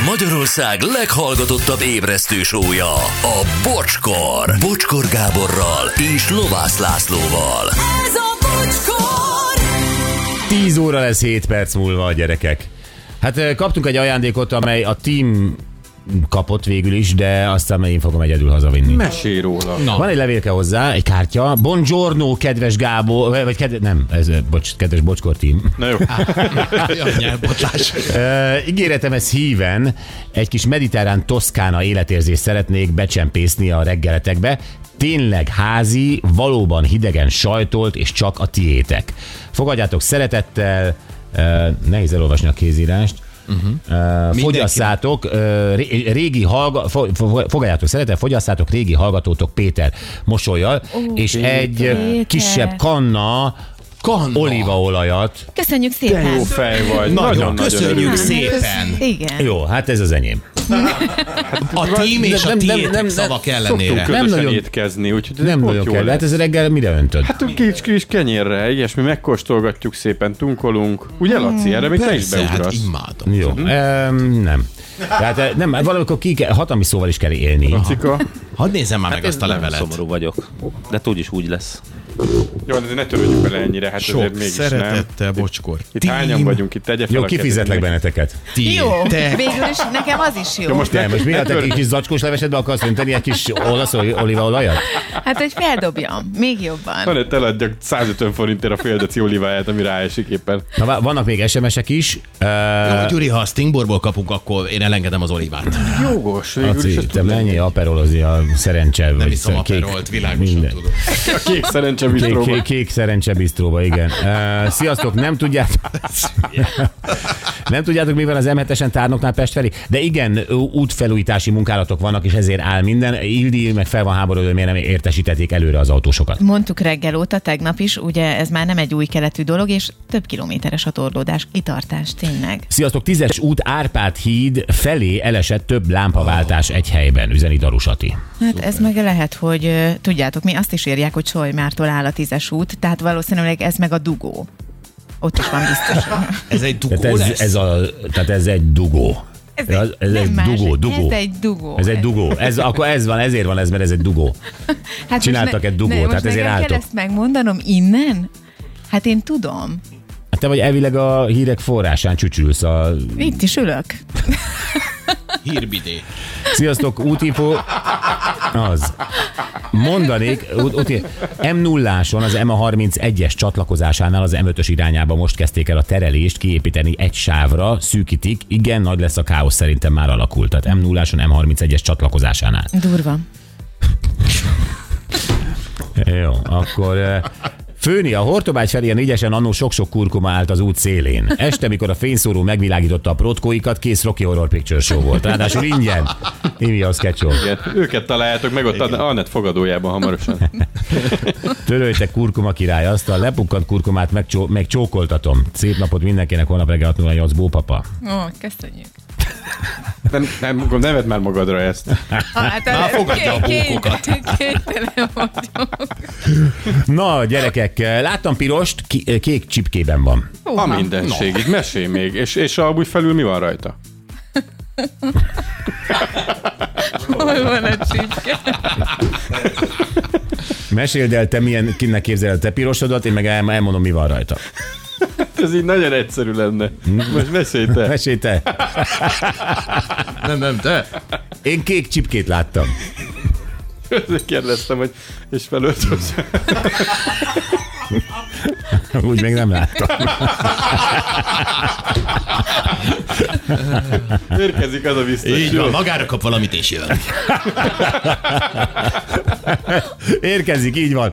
Magyarország leghallgatottabb ébresztő show-ja, a Bocskor. Bocskor Gáborral és Lovász Lászlóval. Ez a Bocskor! 10 óra lesz 7 perc múlva, a gyerekek. Hát kaptunk egy ajándékot, amely a team kapott végül is, de aztán én fogom egyedül hazavinni. Mesélj róla. Na. Van egy levélke hozzá, egy kártya. Buongiorno, kedves Gábor, vagy kedves Bocskor team. Na jó. Nyelvbotlás. Ígéretem, ez híven egy kis mediterrán Toszkána életérzést szeretnék becsempészni a reggeletekbe. Tényleg házi, valóban hidegen sajtolt, és csak a tiétek. Fogadjátok szeretettel, nehéz elolvasni a kézírást. Fogyasszátok, fogadjátok szeretet, fogyasszátok régi hallgatótok Péter mosollyal, és egy Péter. kisebb kanna olívaolajat. Köszönjük De szépen! jó fej vagy. Nagyon köszönjük örülünk. szépen. Igen. Jó, hát ez az enyém. A tím és a tiétek szavak ellenére. Szoktunk közösen nagyon- étkezni, úgyhogy ez Nem pont nagyon jó kell, lesz. hát ez reggel mire öntöd? Hát kis kenyérre, ilyesmi, megkóstolgatjuk szépen, tunkolunk. Ugye, Laci? Erre még te is Persze, hát beugrasz. imádom. Jó, nem. Tehát nem, valamikor hatalmi szóval is kell élni. Lacika. Hadd nézzem már meg azt a levelet. Szomorú vagyok, de úgyis úgy lesz. Jó, de ne törődjük bele ennyire, hát Sok azért mégis nem. szeretettel, Bocskor. Itt hányan vagyunk, itt tegye fel Jó, a kezed kifizetlek mindenki. benneteket. Jó, Te. végül is nekem az is jó. Jó, most Nem, most mi a te kis zacskós levesedbe akarsz önteni egy kis olasz olívaolajat? Hát, hogy feldobjam, még jobban. Van egy eladjak 150 forintért a fél deci olíváját, ami ráesik éppen. Na, vannak még SMS-ek is. Jó, Gyuri, ha a Stingborból kapunk, akkor én elengedem az olívát. Jogos, végül is Laci, ezt te tudom. menjél aperolozni a szerencse. Nem vagy iszom kék- aperolt, világosan minden. tudom. A kék szerencse bistróba. Kék szerencse bistróba, igen. Sziasztok, nem tudjátok, mi van az M7-esen Tárnoknál Pest felé? De igen, útfelújítási munkálatok vannak, és ezért áll minden. Ildi meg fel van háborodva, hogy miért nem értesítették előre az autósokat. Mondtuk reggel óta, tegnap is, ugye ez már nem egy új keletű dolog, és több kilométeres a torlódás, kitartás, tényleg. Sziasztok, 10-es út Árpád híd felé elesett több lámpaváltás egy helyben, üzeni Darusati. Hát ez meg lehet, hogy tudjátok, mi azt is írják, hogy Solymártól áll a 10-es út, tehát valószínűleg ez meg a dugó. Ott is van biztos. Ez egy dugó Tehát lesz? tehát ez egy dugó. Ez nem egy más, dugó. Ez egy dugó. Ez egy dugó. Akkor ez van, ezért van ez, mert ez egy dugó. Hát Csináltak most egy dugót, most hát ezért nekem kell álltok. ezt megmondanom innen? Hát én tudom. Hát te vagy elvileg a hírek forrásán csücsülsz a... Itt is ülök. Hírbidé. Sziasztok, útinfo... Az. Mondanék, M0-áson az M31-es csatlakozásánál az M5-ös irányába most kezdték el a terelést kiépíteni egy sávra, szűkítik. Igen, nagy lesz a káosz, szerintem már alakult. Tehát M0-áson M31-es csatlakozásánál. Durva. Jó, akkor... Főni a Hortobágy felé a 4-esen annó sok-sok kurkuma állt az út szélén. Este, mikor a fényszóró megvilágította a protkóikat, kész Rocky Horror Picture Show volt. Ráadásul ingyen. Imi a sketchol. Igen, őket találjátok meg ott a Annett fogadójában hamarosan. Töröljtek kurkuma király, azt a lepukkant kurkumát megcsókoltatom. Szép napot mindenkinek, holnap reggel 6:08 Bópapa. Ó, köszönjük. Nem, vedd már magadra ezt. Hát, fogadja a bókokat. Kénytelen vagyok. Na, gyerekek, láttam pirost, kék csipkében van. A mindenség, így mesélj még. És amúgy felül mi van rajta? Hol van a csipke? Meséld el, te kinek képzeled te pirosodat, én meg elmondom, mi van rajta. Ez így nagyon egyszerű lenne. Most mesélj te. Mesélj te. Nem, te. Én kék csipkét láttam. Ezért kérdeztem, hogy és felöltöz. Úgy még nem láttam. Érkezik az a biztos. Így van, magára kap valamit és jön. Érkezik, így van.